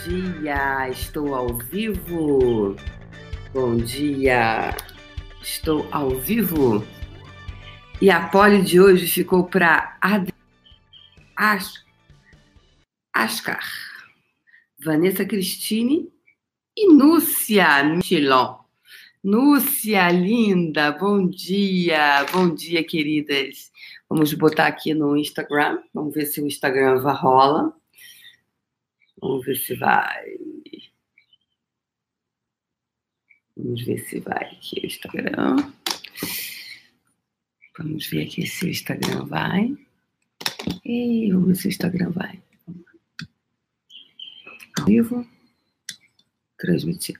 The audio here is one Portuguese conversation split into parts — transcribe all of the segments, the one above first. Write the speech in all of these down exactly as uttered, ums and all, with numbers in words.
dia, estou ao vivo. Bom dia, estou ao vivo. E a pole de hoje ficou para Ad... As... Ascar, Vanessa Cristine e Núcia Michelon. Núcia, linda, bom dia, bom dia, queridas. Vamos botar aqui no Instagram, vamos ver se o Instagram vai rola. Vamos ver se vai. Vamos ver se vai aqui o Instagram. Vamos ver aqui se o Instagram vai. E vamos ver se o Instagram vai. Ao vivo. Transmitir.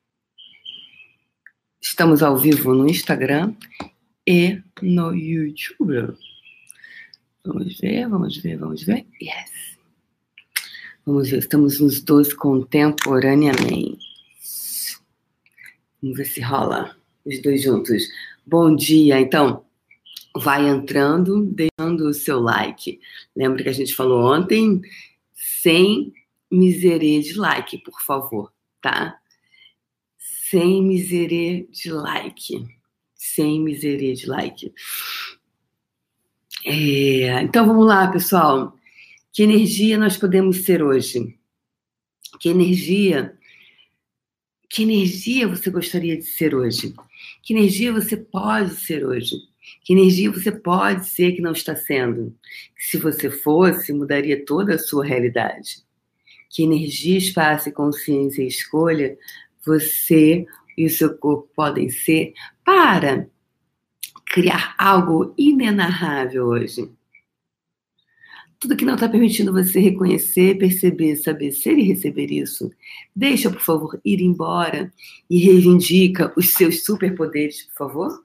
Estamos ao vivo no Instagram e no YouTube. Vamos ver, vamos ver, vamos ver. Yes. Vamos ver, estamos nos dois contemporaneamente. Vamos ver se rola os dois juntos. Bom dia, então, vai entrando, deixando o seu like. Lembra que a gente falou ontem? Sem miserê de like, por favor, tá? Sem miserê de like. Sem miserê de like. É, então, vamos lá, pessoal. Que energia nós podemos ser hoje? Que energia... Que energia você gostaria de ser hoje? Que energia você pode ser hoje? Que energia você pode ser que não está sendo? Que se você fosse, mudaria toda a sua realidade. Que energia, espaço, consciência e escolha você e o seu corpo podem ser para criar algo inenarrável hoje? Tudo que não está permitindo você reconhecer, perceber, saber ser e receber isso, deixa, por favor, ir embora e reivindica os seus superpoderes, por favor.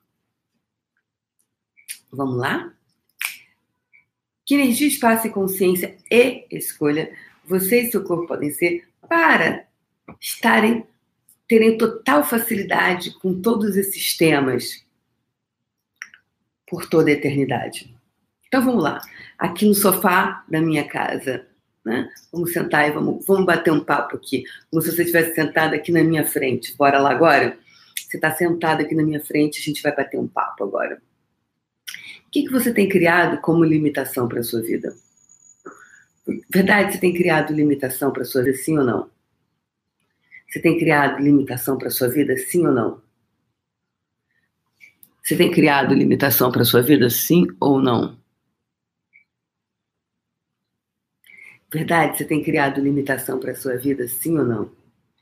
Vamos lá? Que energia, espaço, consciência e escolha você e seu corpo podem ser para estarem, terem total facilidade com todos esses temas por toda a eternidade. Então vamos lá. Aqui no sofá da minha casa, né? Vamos sentar e vamos, vamos bater um papo aqui. Como se você estivesse sentado aqui na minha frente. Bora lá agora? Você está sentado aqui na minha frente, a gente vai bater um papo agora. O que, que você tem criado como limitação para a sua vida? Verdade, você tem criado limitação para a sua vida, sim ou não? Você tem criado limitação para a sua vida, sim ou não? Você tem criado limitação para a sua vida, sim ou não? Verdade, você tem criado limitação para a sua vida, sim ou não?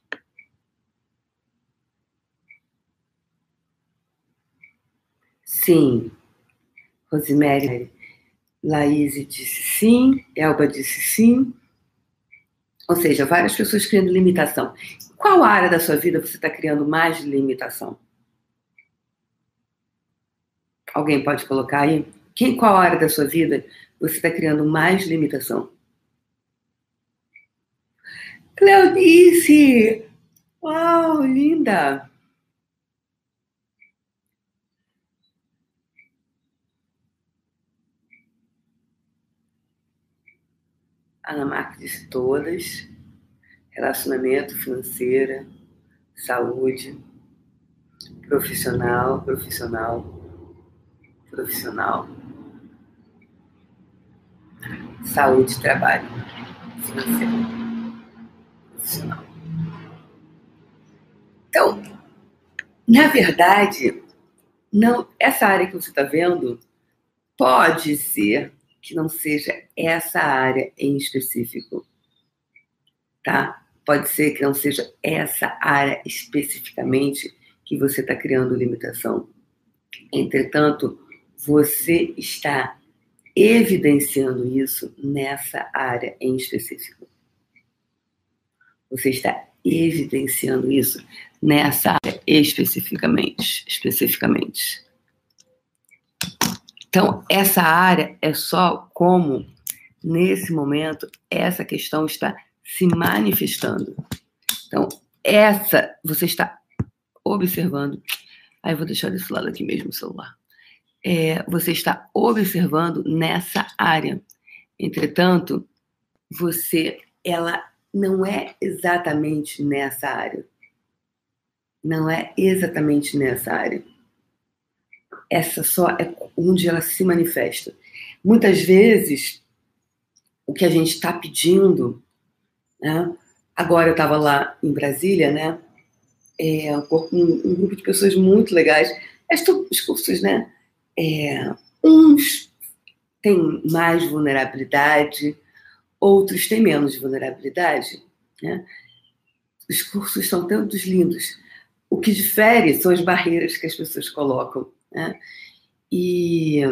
Sim. Rosemary, Laís disse sim, Elba disse sim. Ou seja, várias pessoas criando limitação. Qual área da sua vida você está criando mais limitação? Alguém pode colocar aí? Quem, qual área da sua vida você está criando mais limitação? Cleonice! Uau, linda! Ana Marques disse todas. Relacionamento, financeira, saúde, profissional, profissional, profissional, saúde, trabalho, financeiro. Então, na verdade, não, essa área que você está vendo pode ser que não seja essa área em específico, tá? Pode ser que não seja essa área especificamente que você está criando limitação. Entretanto, você está evidenciando isso nessa área em específico. Você está evidenciando isso nessa área especificamente, especificamente. Então, essa área é só como, nesse momento, essa questão está se manifestando. Então, essa, você está observando. Aí, eu vou deixar desse lado aqui mesmo o celular. É, você está observando nessa área. Entretanto, você, ela não é exatamente nessa área. Não é exatamente nessa área. Essa só é onde ela se manifesta. Muitas vezes, o que a gente está pedindo, né? Agora eu estava lá em Brasília, né? É, um, um grupo de pessoas muito legais. Os cursos, né? É, uns têm mais vulnerabilidade, outros têm menos vulnerabilidade, né? Os cursos são todos lindos. O que difere são as barreiras que as pessoas colocam, né? E,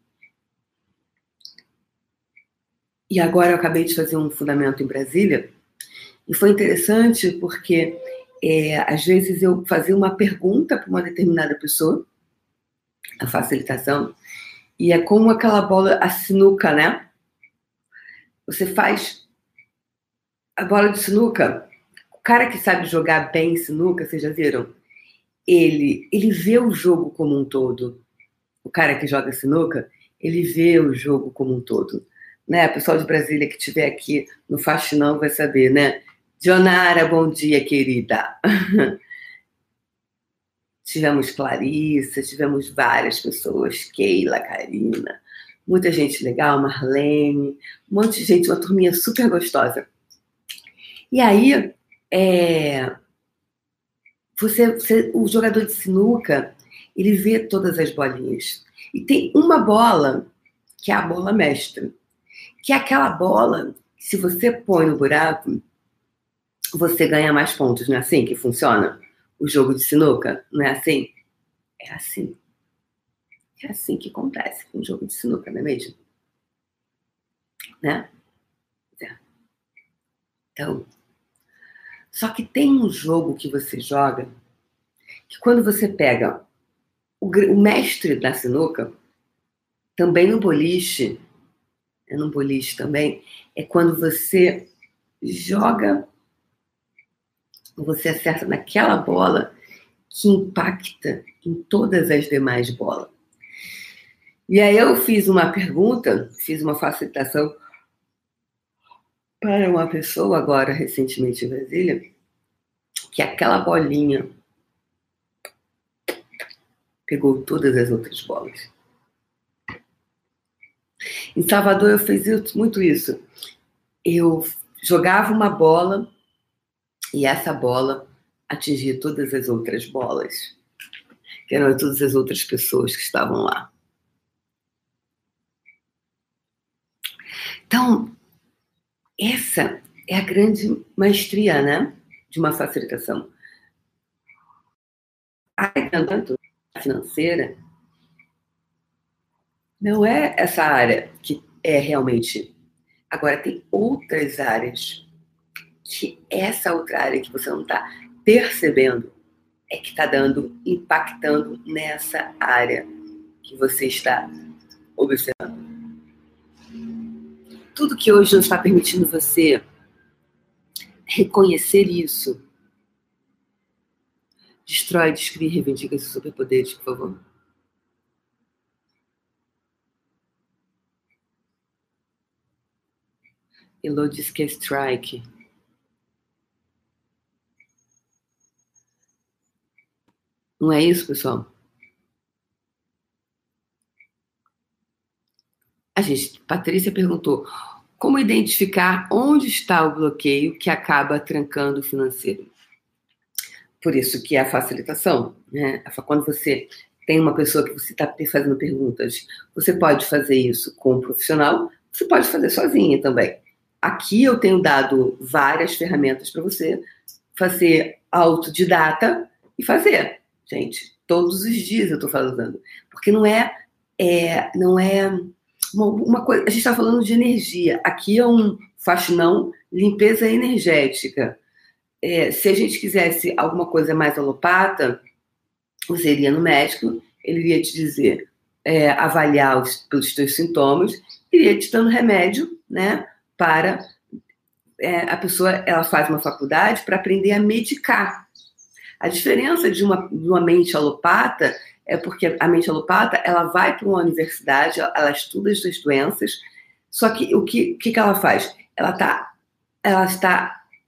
e agora eu acabei de fazer um fundamento em Brasília, e foi interessante porque, é, às vezes, eu fazia uma pergunta para uma determinada pessoa, a facilitação, e é como aquela bola, a sinuca, né? Você faz a bola de sinuca. O cara que sabe jogar bem sinuca, vocês já viram? Ele, ele vê o jogo como um todo. O cara que joga sinuca, ele vê o jogo como um todo. Né? O pessoal de Brasília que estiver aqui no Faxinão vai saber, né? Dionara, bom dia, querida. Tivemos Clarissa, tivemos várias pessoas, Keila, Karina, muita gente legal, Marlene, um monte de gente, uma turminha super gostosa. E aí, é, você, você, o jogador de sinuca, ele vê todas as bolinhas. E tem uma bola, que é a bola mestra, que é aquela bola, se você põe no buraco, você ganha mais pontos, não é assim que funciona? O jogo de sinuca, não é assim? É assim. É assim que acontece com o jogo de sinuca, não é mesmo? Né? É. Então, só que tem um jogo que você joga que quando você pega o, o mestre da sinuca, também no boliche, é no boliche também, é quando você joga, você acerta naquela bola que impacta em todas as demais bolas. E aí eu fiz uma pergunta, fiz uma facilitação para uma pessoa agora, recentemente em Brasília, que aquela bolinha pegou todas as outras bolas. Em Salvador eu fiz muito isso. Eu jogava uma bola e essa bola atingia todas as outras bolas, que eram todas as outras pessoas que estavam lá. Então, essa é a grande maestria, né, de uma facilitação. A área financeira não é essa área que é realmente. Agora, tem outras áreas que essa outra área que você não está percebendo é que está dando, impactando nessa área que você está observando. Tudo que hoje não está permitindo você reconhecer isso, destrói, descreve, reivindica esses superpoderes, por favor. Elô diz que é strike. Não é isso, pessoal? A gente, Patrícia perguntou, como identificar onde está o bloqueio que acaba trancando o financeiro? Por isso que é a facilitação, né? Quando você tem uma pessoa que você está fazendo perguntas, você pode fazer isso com um profissional, você pode fazer sozinha também. Aqui eu tenho dado várias ferramentas para você fazer autodidata e fazer. Gente, todos os dias eu estou falando. Porque não é, é, não é uma, uma coisa... A gente está falando de energia. Aqui é um faxinão, limpeza energética. É, se a gente quisesse alguma coisa mais alopata, você iria no médico, ele iria te dizer, é, avaliar os, pelos teus sintomas, iria te dando remédio, né, para... É, a pessoa ela faz uma faculdade para aprender a medicar. A diferença de uma, de uma mente alopata é porque a mente alopata ela vai para uma universidade, ela estuda as doenças, só que o que, que, que ela faz? Ela, tá, ela está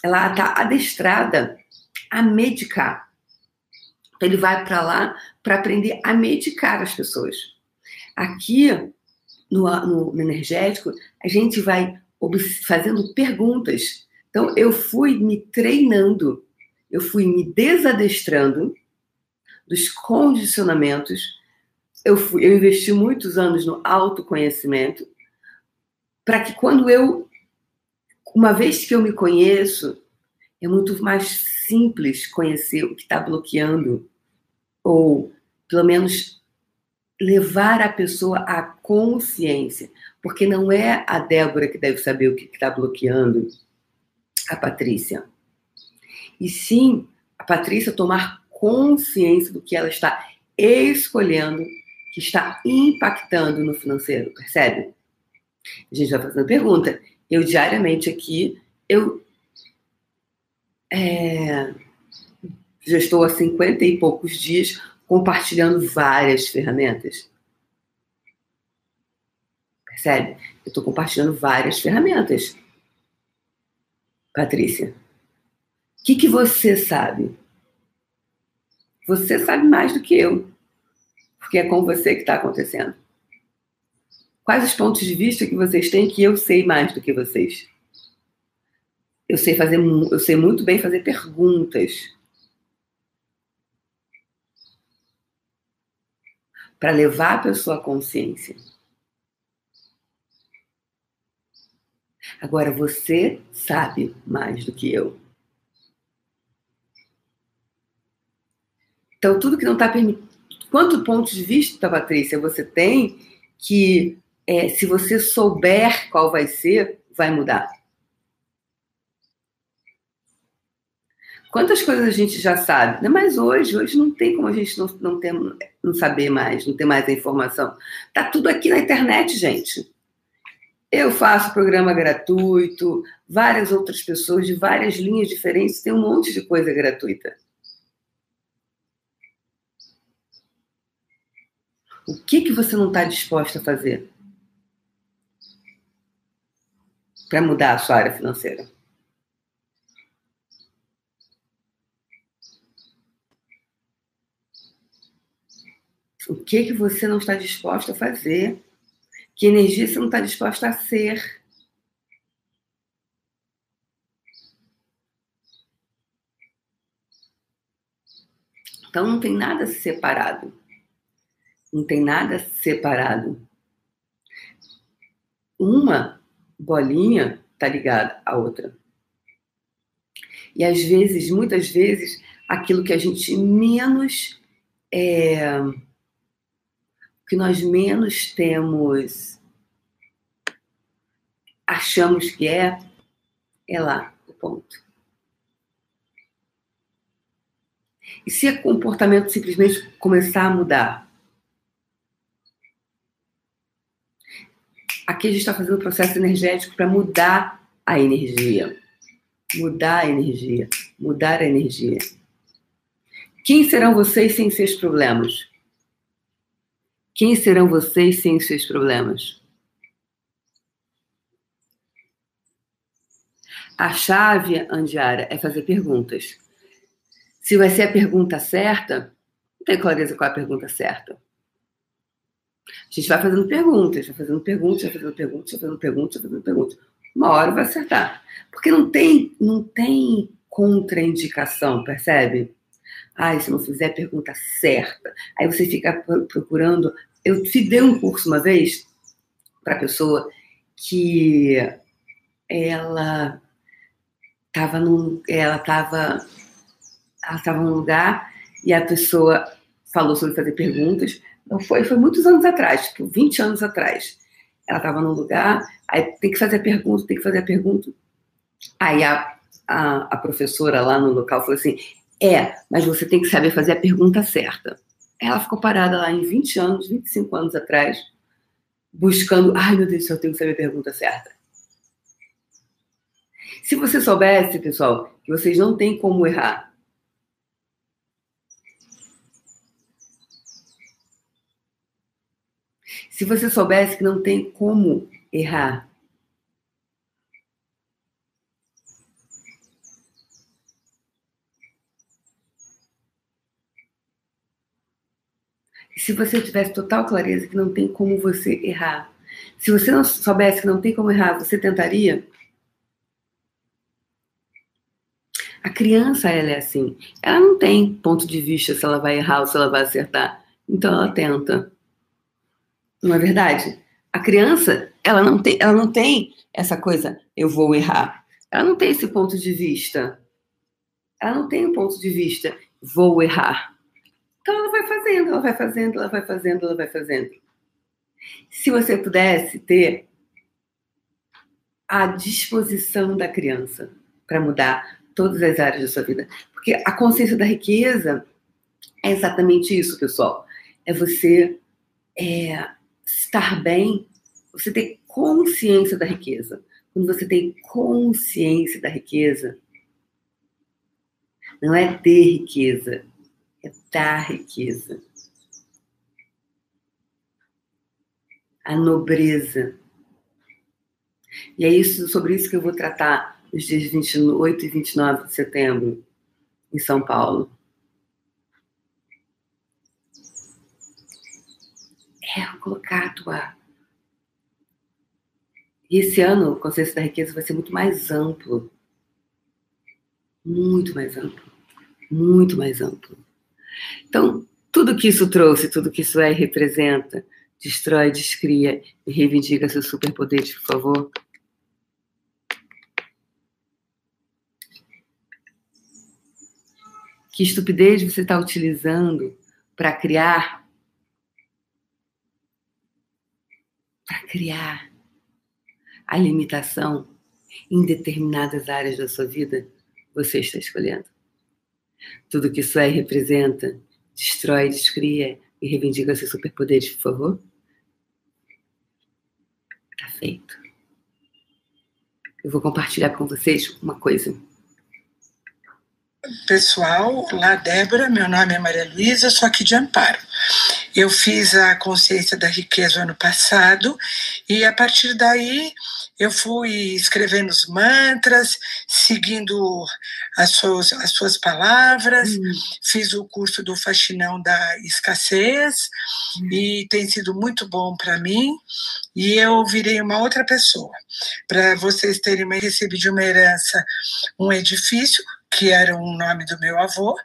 ela está adestrada a medicar. Então, ele vai para lá para aprender a medicar as pessoas. Aqui, no, no, no energético, a gente vai fazendo perguntas. Então, eu fui me treinando, eu fui me desadestrando dos condicionamentos. Eu, fui, eu investi muitos anos no autoconhecimento, para que quando eu, uma vez que eu me conheço, é muito mais simples conhecer o que está bloqueando, ou pelo menos levar a pessoa à consciência, porque não é a Débora que deve saber o que está bloqueando a Patrícia, e sim a Patrícia tomar consciência do que ela está escolhendo, que está impactando no financeiro, percebe? A gente vai fazendo pergunta. Eu diariamente aqui, eu é, já estou há cinquenta e poucos dias compartilhando várias ferramentas. Percebe? Eu estou compartilhando várias ferramentas. Patrícia, o que, que você sabe? Você sabe mais do que eu, porque é com você que está acontecendo. Quais os pontos de vista que vocês têm que eu sei mais do que vocês? Eu sei fazer, eu sei muito bem fazer perguntas para levar a pessoa à consciência. Agora, você sabe mais do que eu. Então, tudo que não está permitido... Quanto pontos de vista, Patrícia, você tem que, é, se você souber qual vai ser, vai mudar? Quantas coisas a gente já sabe? Mas hoje, hoje não tem como a gente não, não, ter, não saber mais, não ter mais a informação. Tá tudo aqui na internet, gente. Eu faço programa gratuito, várias outras pessoas de várias linhas diferentes, tem um monte de coisa gratuita. O que, que você não está disposta a fazer para mudar a sua área financeira? O que, que você não está disposta a fazer? Que energia você não está disposta a ser? Então não tem nada separado. Não tem nada separado. Uma bolinha está ligada à outra. E às vezes, muitas vezes, aquilo que a gente menos... É, que nós menos temos... achamos que é... é lá, o ponto. E se o comportamento simplesmente começar a mudar? Aqui a gente está fazendo um processo energético para mudar a energia. Mudar a energia. Mudar a energia. Quem serão vocês sem seus problemas? Quem serão vocês sem seus problemas? A chave, Andiara, é fazer perguntas. Se vai ser a pergunta certa, não tem clareza qual é a pergunta certa. A gente vai fazendo perguntas, vai fazendo perguntas, vai fazendo perguntas, vai fazendo perguntas, vai fazendo perguntas. Uma hora vai acertar. Porque não tem, não tem contraindicação, percebe? Ai, se não fizer a pergunta certa. Aí você fica procurando... Eu te dei um curso uma vez para a pessoa que ela estava num... Ela estava... Ela estava num lugar e a pessoa falou sobre fazer perguntas. Não foi, foi muitos anos atrás, tipo vinte anos atrás. Ela estava num lugar, aí tem que fazer a pergunta, tem que fazer a pergunta. Aí a, a, a professora lá no local falou assim, é, mas você tem que saber fazer a pergunta certa. Ela ficou parada lá em vinte anos, vinte e cinco anos atrás, buscando, ai meu Deus do céu, eu tenho que saber a pergunta certa. Se você soubesse, pessoal, que vocês não têm como errar, se você soubesse que não tem como errar, E se você tivesse total clareza que não tem como você errar, se você não soubesse que não tem como errar, você tentaria? A criança, ela é assim. Ela não tem ponto de vista se ela vai errar ou se ela vai acertar. Então ela tenta. Não é verdade? A criança, ela não tem, ela não tem essa coisa, eu vou errar. Ela não tem esse ponto de vista. Ela não tem um ponto de vista, vou errar. Então ela vai fazendo, ela vai fazendo, ela vai fazendo, ela vai fazendo. Se você pudesse ter a disposição da criança para mudar todas as áreas da sua vida. Porque a consciência da riqueza é exatamente isso, pessoal. É você é, estar bem, você ter consciência da riqueza. Quando você tem consciência da riqueza, não é ter riqueza, é dar riqueza. A nobreza. E é isso, sobre isso que eu vou tratar nos dias vinte e oito e vinte e nove de setembro, em São Paulo. É colocar a tua... E esse ano, o Consciência da Riqueza vai ser muito mais amplo. Muito mais amplo. Muito mais amplo. Então, tudo que isso trouxe, tudo que isso é e representa, destrói, descria e reivindica seus superpoderes, por favor. Que estupidez você está utilizando para criar? Para criar a limitação em determinadas áreas da sua vida, você está escolhendo. Tudo que isso é e representa, destrói, descria e reivindica seus superpoderes, por favor. Tá feito. Eu vou compartilhar com vocês uma coisa. Pessoal, olá Débora, meu nome é Maria Luísa, sou aqui de Amparo. Eu fiz a Consciência da Riqueza ano passado e a partir daí eu fui escrevendo os mantras, seguindo as suas, as suas palavras, hum. fiz o curso do Faxinão da Escassez hum. e tem sido muito bom para mim e eu virei uma outra pessoa. Para vocês terem uma, recebi de uma herança um edifício que era o nome do meu avô,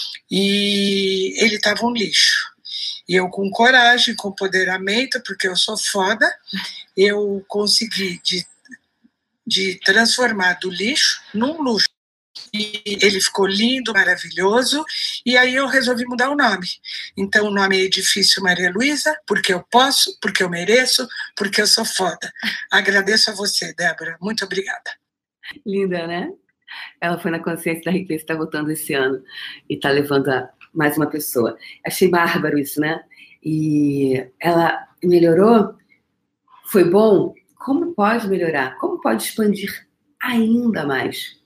e ele estava um lixo. E eu, com coragem, com empoderamento, porque eu sou foda, eu consegui de, de transformar do lixo num luxo. E ele ficou lindo, maravilhoso, e aí eu resolvi mudar o nome. Então o nome é Edifício Maria Luísa, porque eu posso, porque eu mereço, porque eu sou foda. Agradeço a você, Débora. Muito obrigada. Linda, né? Ela foi na Consciência da Riqueza, está voltando esse ano e está levando a mais uma pessoa. Achei bárbaro isso, né? E ela melhorou? Foi bom? Como pode melhorar? Como pode expandir ainda mais?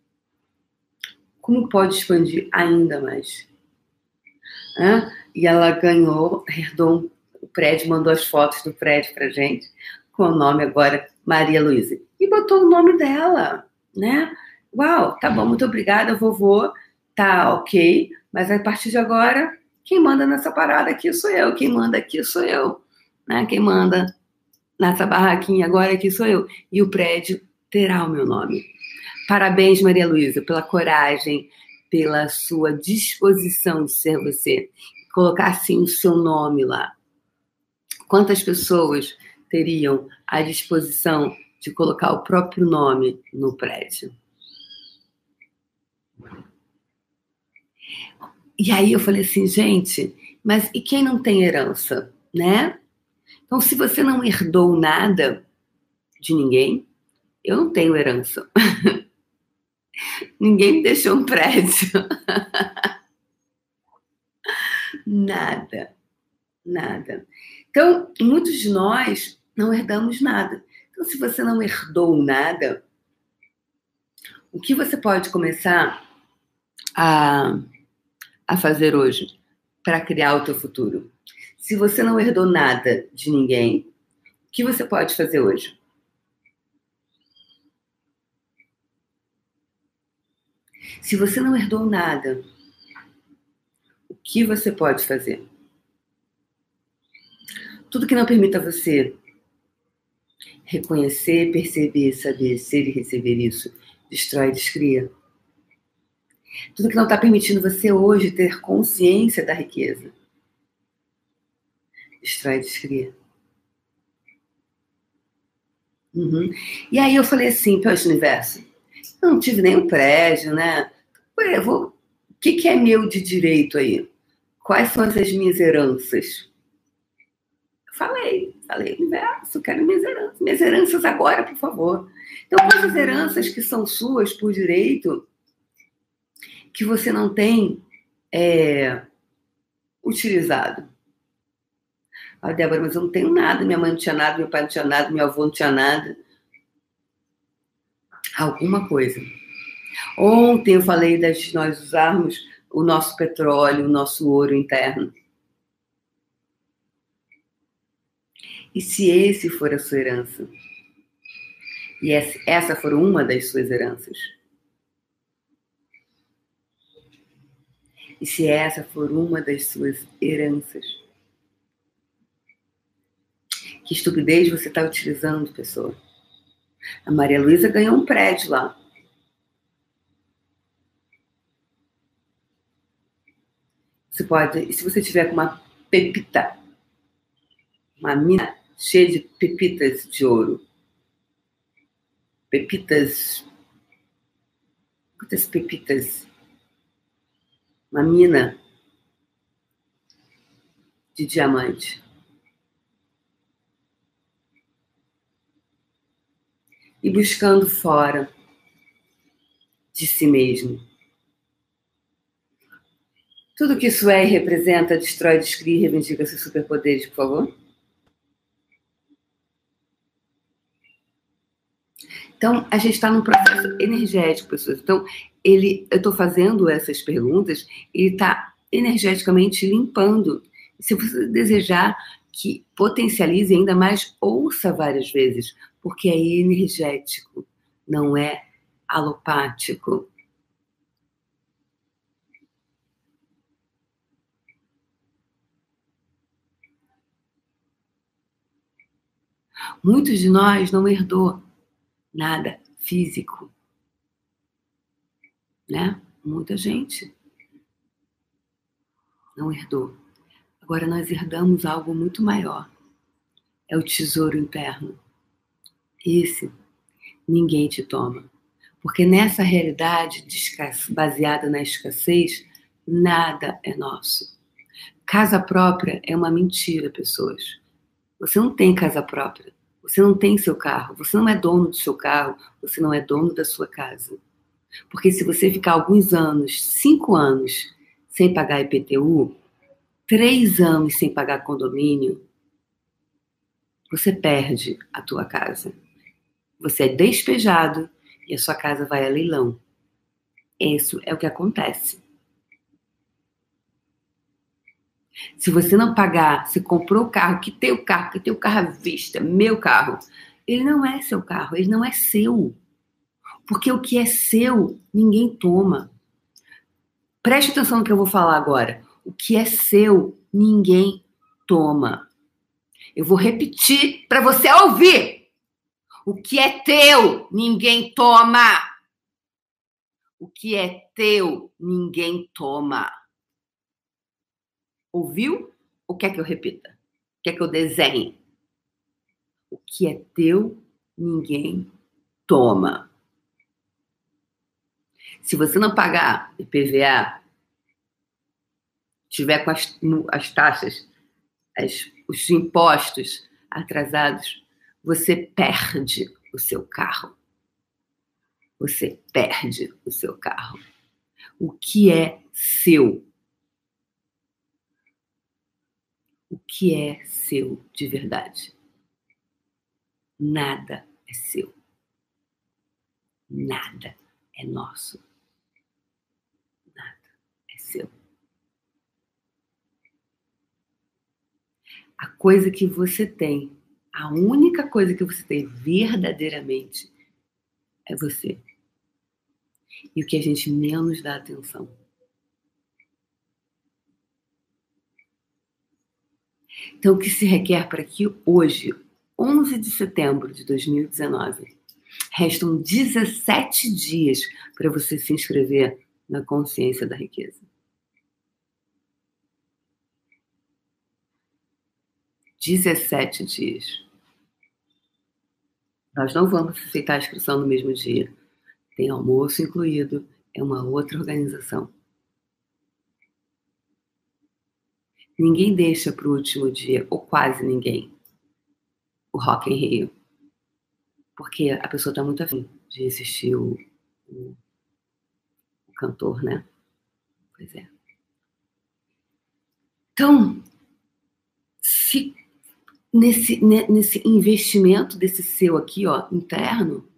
Como pode expandir ainda mais? Hã? E ela ganhou, herdou o prédio, mandou as fotos do prédio pra gente, com o nome agora Maria Luísa. E botou o nome dela, né? Uau, tá bom, muito obrigada, vovô, tá ok, mas a partir de agora, quem manda nessa parada aqui sou eu, quem manda aqui sou eu, né? Quem manda nessa barraquinha agora aqui sou eu. E o prédio terá o meu nome. Parabéns, Maria Luísa, pela coragem, pela sua disposição de ser você. Colocar, assim, o seu nome lá. Quantas pessoas teriam a disposição de colocar o próprio nome no prédio? E aí eu falei assim, gente, mas e quem não tem herança, né? Então, se você não herdou nada de ninguém, eu não tenho herança. Ninguém me deixou um prédio. Nada, nada. Então, muitos de nós não herdamos nada. Então, se você não herdou nada, o que você pode começar a, a fazer hoje para criar o teu futuro? Se você não herdou nada de ninguém, o que você pode fazer hoje? Se você não herdou nada, o que você pode fazer? Tudo que não permita você reconhecer, perceber, saber, ser e receber isso, destrói e descria. Tudo que não está permitindo você hoje ter consciência da riqueza, destrói e descria. Uhum. E aí eu falei assim, poxa, universo, eu não tive nenhum prédio, né? Ué, eu vou... O que, que é meu de direito aí? Quais são as minhas heranças? Falei, falei, universo, quero minhas heranças. Minhas heranças agora, por favor. Então, quais as heranças que são suas por direito que você não tem é, utilizado? Ah, Débora, mas eu não tenho nada. Minha mãe não tinha nada, meu pai não tinha nada, meu avô não tinha nada. Alguma coisa. Ontem eu falei de nós usarmos o nosso petróleo, o nosso ouro interno. E se esse for a sua herança? E essa for uma das suas heranças? E se essa for uma das suas heranças? Que estupidez você está utilizando, pessoa? A Maria Luísa ganhou um prédio lá. Você pode, e se você tiver com uma pepita, uma mina cheia de pepitas de ouro, pepitas, quantas pepitas? Uma mina de diamante. E buscando fora de si mesmo. Tudo que isso é e representa, destrói, descria e reivindica seus superpoderes, por favor. Então, a gente está num processo energético, pessoas. Então, ele, eu estou fazendo essas perguntas, ele está energeticamente limpando. Se você desejar que potencialize ainda mais, ouça várias vezes, porque é energético, não é alopático. Muitos de nós não herdou nada físico, né? Muita gente não herdou. Agora nós herdamos algo muito maior. É o tesouro interno. Esse ninguém te toma. Porque nessa realidade baseada na escassez, nada é nosso. Casa própria é uma mentira, pessoas. Você não tem casa própria. Você não tem seu carro. Você não é dono do seu carro. Você não é dono da sua casa. Porque se você ficar alguns anos, cinco anos, sem pagar I P T U, três anos sem pagar condomínio, você perde a tua casa. Você é despejado e a sua casa vai a leilão. Isso é o que acontece. Se você não pagar, se comprou o carro, que tem o carro, que tem o carro à vista, meu carro, ele não é seu carro, ele não é seu. Porque o que é seu, ninguém toma. Preste atenção no que eu vou falar agora. O que é seu, ninguém toma. Eu vou repetir para você ouvir. O que é teu, ninguém toma. O que é teu, ninguém toma. Ouviu? Ou quer que eu repita? Quer que eu desenhe? O que é teu, ninguém toma. Se você não pagar I P V A, tiver com as, as taxas, as, os impostos atrasados, você perde o seu carro. Você perde o seu carro. O que é seu? O que é seu de verdade? Nada é seu. Nada é nosso. Nada é seu. A coisa que você tem, a única coisa que você tem verdadeiramente é você. E o que a gente menos dá atenção. Então, o que se requer para que hoje, onze de setembro de dois mil e dezenove, restam dezessete dias para você se inscrever na consciência da riqueza. dezessete dias. Nós não vamos aceitar a inscrição no mesmo dia. Tem almoço incluído, é uma outra organização. Ninguém deixa para o último dia, ou quase ninguém, o Rock in Rio. Porque a pessoa está muito afim de assistir o, o, o cantor, né? Pois é. Então, se nesse, nesse investimento desse seu aqui, ó, interno,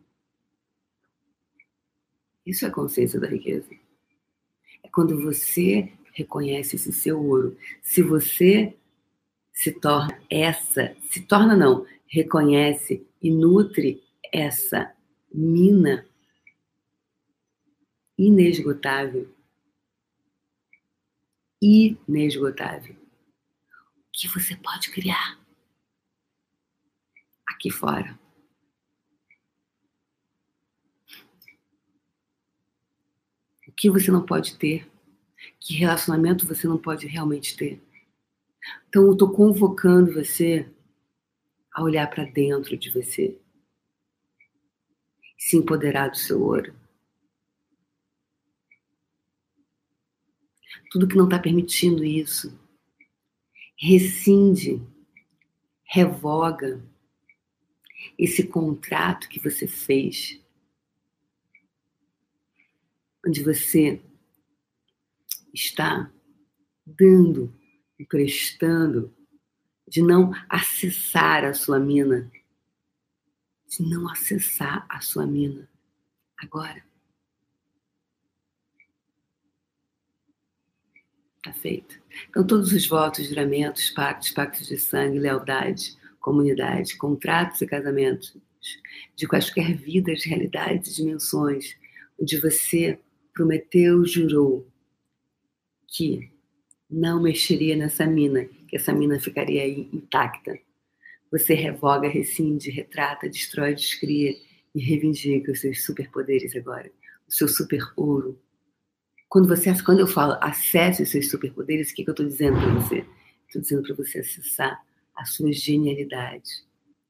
isso é a consciência da riqueza. É quando você reconhece esse seu ouro. Se você se torna essa, se torna não, reconhece e nutre essa mina inesgotável, inesgotável, que você pode criar aqui fora. O que você não pode ter? Que relacionamento você não pode realmente ter? Então eu estou convocando você a olhar para dentro de você, se empoderar do seu ouro. Tudo que não está permitindo isso, rescinde, revoga esse contrato que você fez, onde você está dando, emprestando, de não acessar a sua mina, de não acessar a sua mina agora. Tá feito. Então todos os votos, juramentos, pactos, pactos de sangue, lealdade, comunidade, contratos e casamentos, de quaisquer vidas, realidades e dimensões, onde você prometeu, jurou que não mexeria nessa mina, que essa mina ficaria aí intacta. Você revoga, rescinde, retrata, destrói, descria e reivindica os seus superpoderes agora, o seu super ouro. Quando, você, quando eu falo acesse os seus superpoderes, o que, que eu estou dizendo para você? Estou dizendo para você acessar a sua genialidade.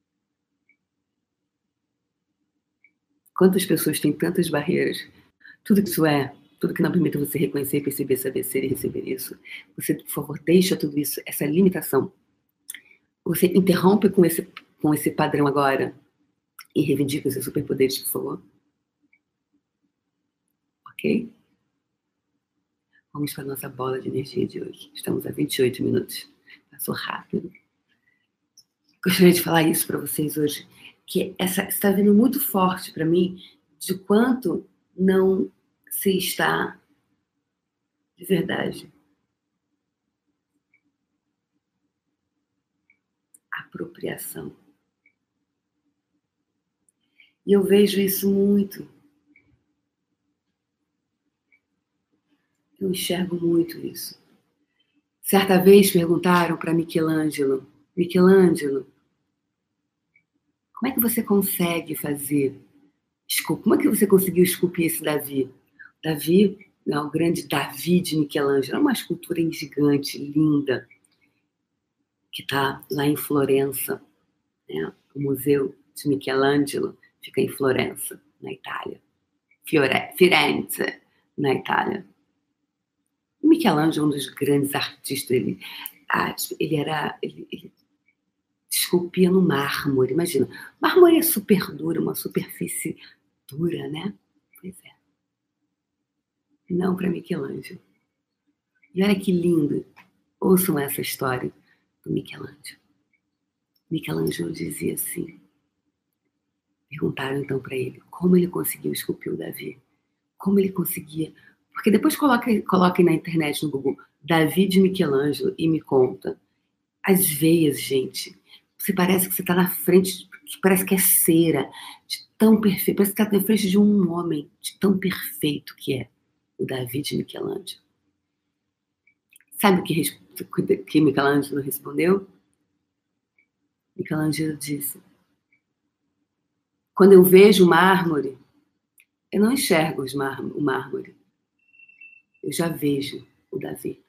Quantas pessoas têm tantas barreiras? Tudo que isso é, tudo que não permite você reconhecer, perceber, saber ser e receber isso. Você, por favor, deixa tudo isso, essa limitação. Você interrompe com esse, com esse padrão agora e reivindica os seus superpoderes, por favor. Ok? Vamos para a nossa bola de energia de hoje. Estamos a vinte e oito minutos. Passou rápido. Gostaria de falar isso para vocês hoje, que essa está vindo muito forte para mim de quanto não se está de verdade apropriação. E eu vejo isso muito. Eu enxergo muito isso. Certa vez perguntaram para Michelangelo, Michelangelo, como é que você consegue fazer, como é que você conseguiu esculpir esse Davi? Davi, não, o grande Davi de Michelangelo, é uma escultura gigante, linda, que está lá em Florença, né? O Museu de Michelangelo fica em Florença, na Itália. Fiore, Firenze, na Itália. O Michelangelo é um dos grandes artistas. Ele, ele era... Ele, ele esculpia no mármore. Imagina, mármore é super duro, uma superfície dura, né? Pois é. Não para Michelangelo. E olha que lindo. Ouçam essa história do Michelangelo. Michelangelo dizia assim. Perguntaram então para ele como ele conseguiu esculpir o Davi. Como ele conseguia... Porque depois coloquem coloque na internet, no Google, Davi de Michelangelo e me conta. As veias, gente. Você parece que você está na frente, parece que é cera, de tão perfeito. Parece que está na frente de um homem, de tão perfeito que é o Davi de Michelangelo. Sabe o que, que Michelangelo respondeu? Michelangelo disse: quando eu vejo o mármore, eu não enxergo os már- o mármore. Eu já vejo o Davi.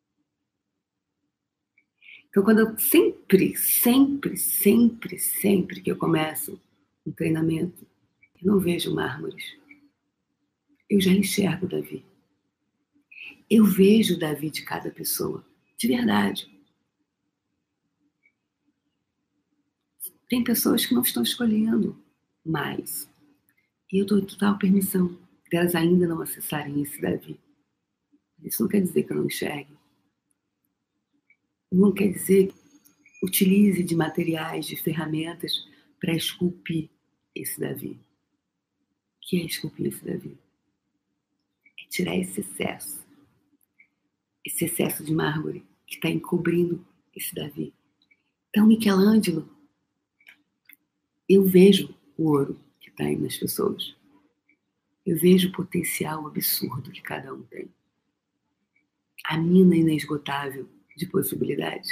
Então, quando eu sempre, sempre, sempre, sempre que eu começo um treinamento, eu não vejo mármores. Eu já enxergo o Davi. Eu vejo o Davi de cada pessoa, de verdade. Tem pessoas que não estão escolhendo mais. E eu dou total permissão delas ainda não acessarem esse Davi. Isso não quer dizer que eu não enxergue. Não quer dizer que utilize de materiais, de ferramentas para esculpir esse Davi. O que é esculpir esse Davi? É tirar esse excesso. Esse excesso de mármore que está encobrindo esse Davi. Então, Michelangelo, eu vejo o ouro que está aí nas pessoas. Eu vejo o potencial absurdo que cada um tem. A mina inesgotável de possibilidades.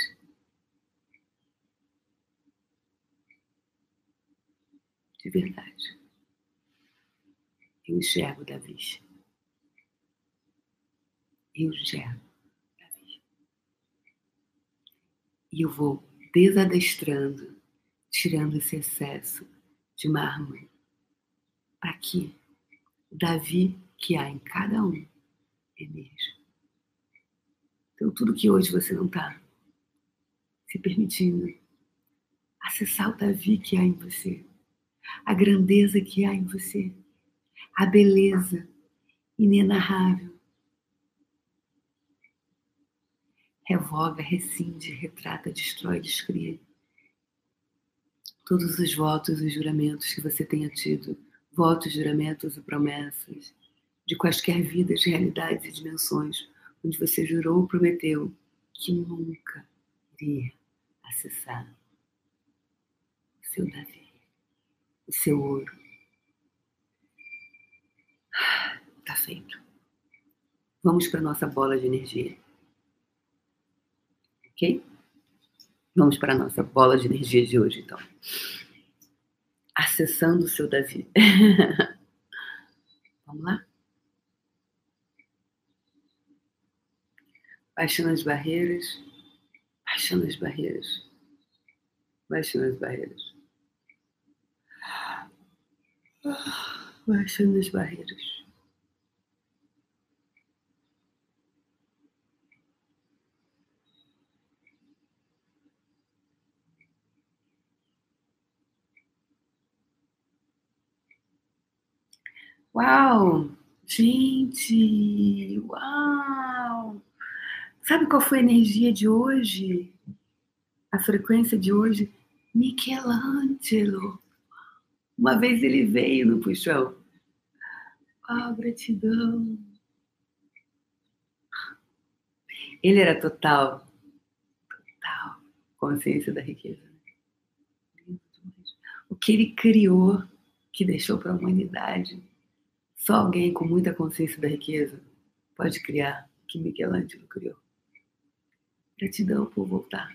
De verdade. Eu enxergo Davi. Eu enxergo Davi. E eu vou desadestrando, tirando esse excesso de mármore, para que o Davi que há em cada um emerja. Então, tudo que hoje você não está se permitindo acessar o Davi que há em você, a grandeza que há em você, a beleza inenarrável. Revoga, rescinde, retrata, destrói, descria. Todos os votos e juramentos que você tenha tido, votos, juramentos e promessas, de quaisquer vidas, realidades e dimensões, onde você jurou ou prometeu que nunca iria acessar o seu Davi, o seu ouro. Tá feito. Vamos para a nossa bola de energia. Ok? Vamos para a nossa bola de energia de hoje, então. Acessando o seu Davi. Vamos lá? Baixando as barreiras. Baixando as barreiras. Baixando as barreiras. Baixando as barreiras. Uau! Gente! Uau! Sabe qual foi a energia de hoje? A frequência de hoje? Michelangelo! Uma vez ele veio no puxão. Ah, gratidão! Ele era total, total consciência da riqueza. O que ele criou, que deixou para a humanidade. Só alguém com muita consciência da riqueza pode criar o que Michelangelo criou. Gratidão por voltar.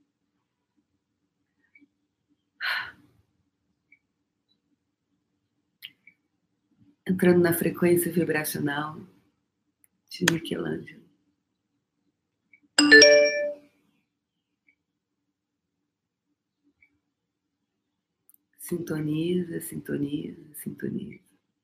Entrando na frequência vibracional de Michelangelo. Sintoniza, sintoniza, sintoniza.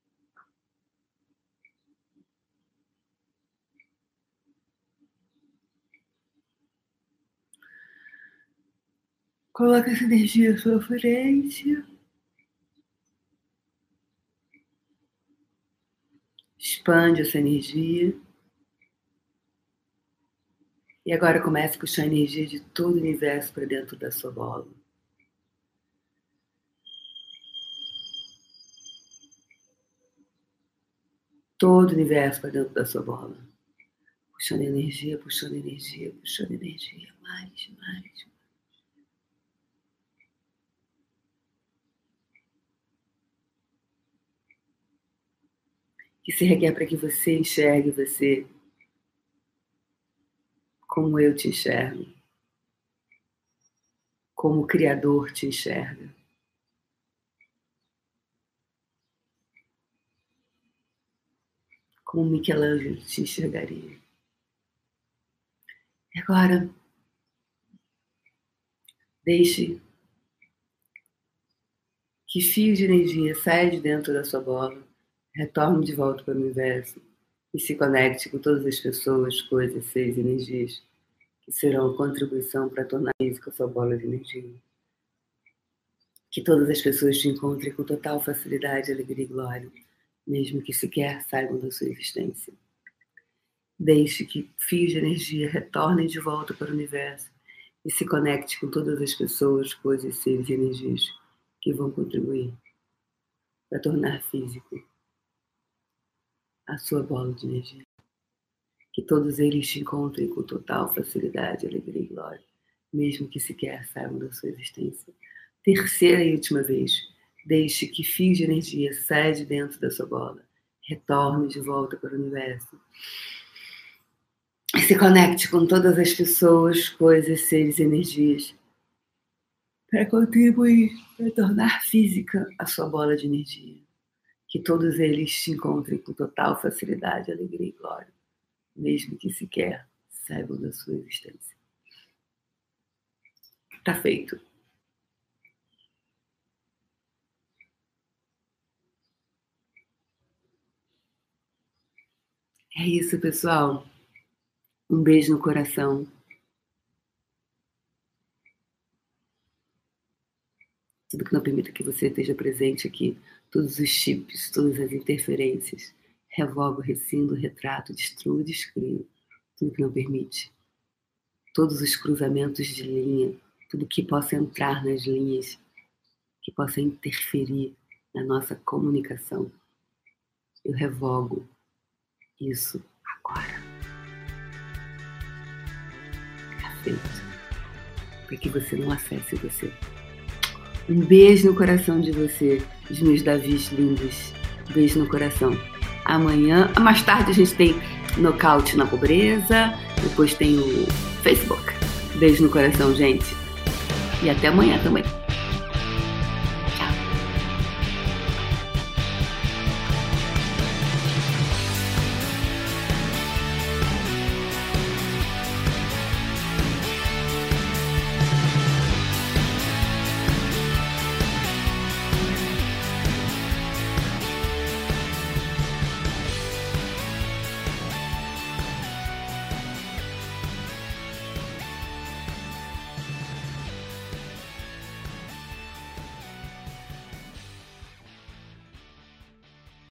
Coloca essa energia à sua frente. Expande essa energia. E agora comece a puxar a energia de todo o universo para dentro da sua bola. Todo o universo para dentro da sua bola. Puxando energia, puxando energia, puxando energia. Mais, mais. Que se requer para que você enxergue você como eu te enxergo. como o Criador te enxerga. Como Michelangelo te enxergaria. E agora, deixe que fio de energia saia de dentro da sua bola, retorne de volta para o universo e se conecte com todas as pessoas, coisas, seres e energias que serão contribuição para tornar física a sua bola de energia. Que todas as pessoas te encontrem com total facilidade, alegria e glória, mesmo que sequer saibam da sua existência. Deixe que fios de energia retornem de volta para o universo e se conecte com todas as pessoas, coisas, seres e energias que vão contribuir para tornar físico a sua bola de energia. Que todos eles te encontrem com total facilidade, alegria e glória, mesmo que sequer saibam da sua existência. Terceira e última vez, deixe que fios de energia saia de dentro da sua bola, retorne de volta para o universo e se conecte com todas as pessoas, coisas, seres e energias para contribuir para tornar física a sua bola de energia. Que todos eles te encontrem com total facilidade, alegria e glória, mesmo que sequer saibam da sua existência. Tá feito. É isso, pessoal. Um beijo no coração. Tudo que não permita que você esteja presente aqui, todos os chips, todas as interferências, revogo, rescindo, retrato, destruo, descrio. Tudo que não permite. Todos os cruzamentos de linha, tudo que possa entrar nas linhas, que possa interferir na nossa comunicação. Eu revogo isso agora. Tá feito. Para que você não acesse você. Um beijo no coração de você, os meus Davis lindos. Beijo no coração. Amanhã, mais tarde a gente tem Nocaute na Pobreza, depois tem o Facebook. Beijo no coração, gente. E até amanhã também.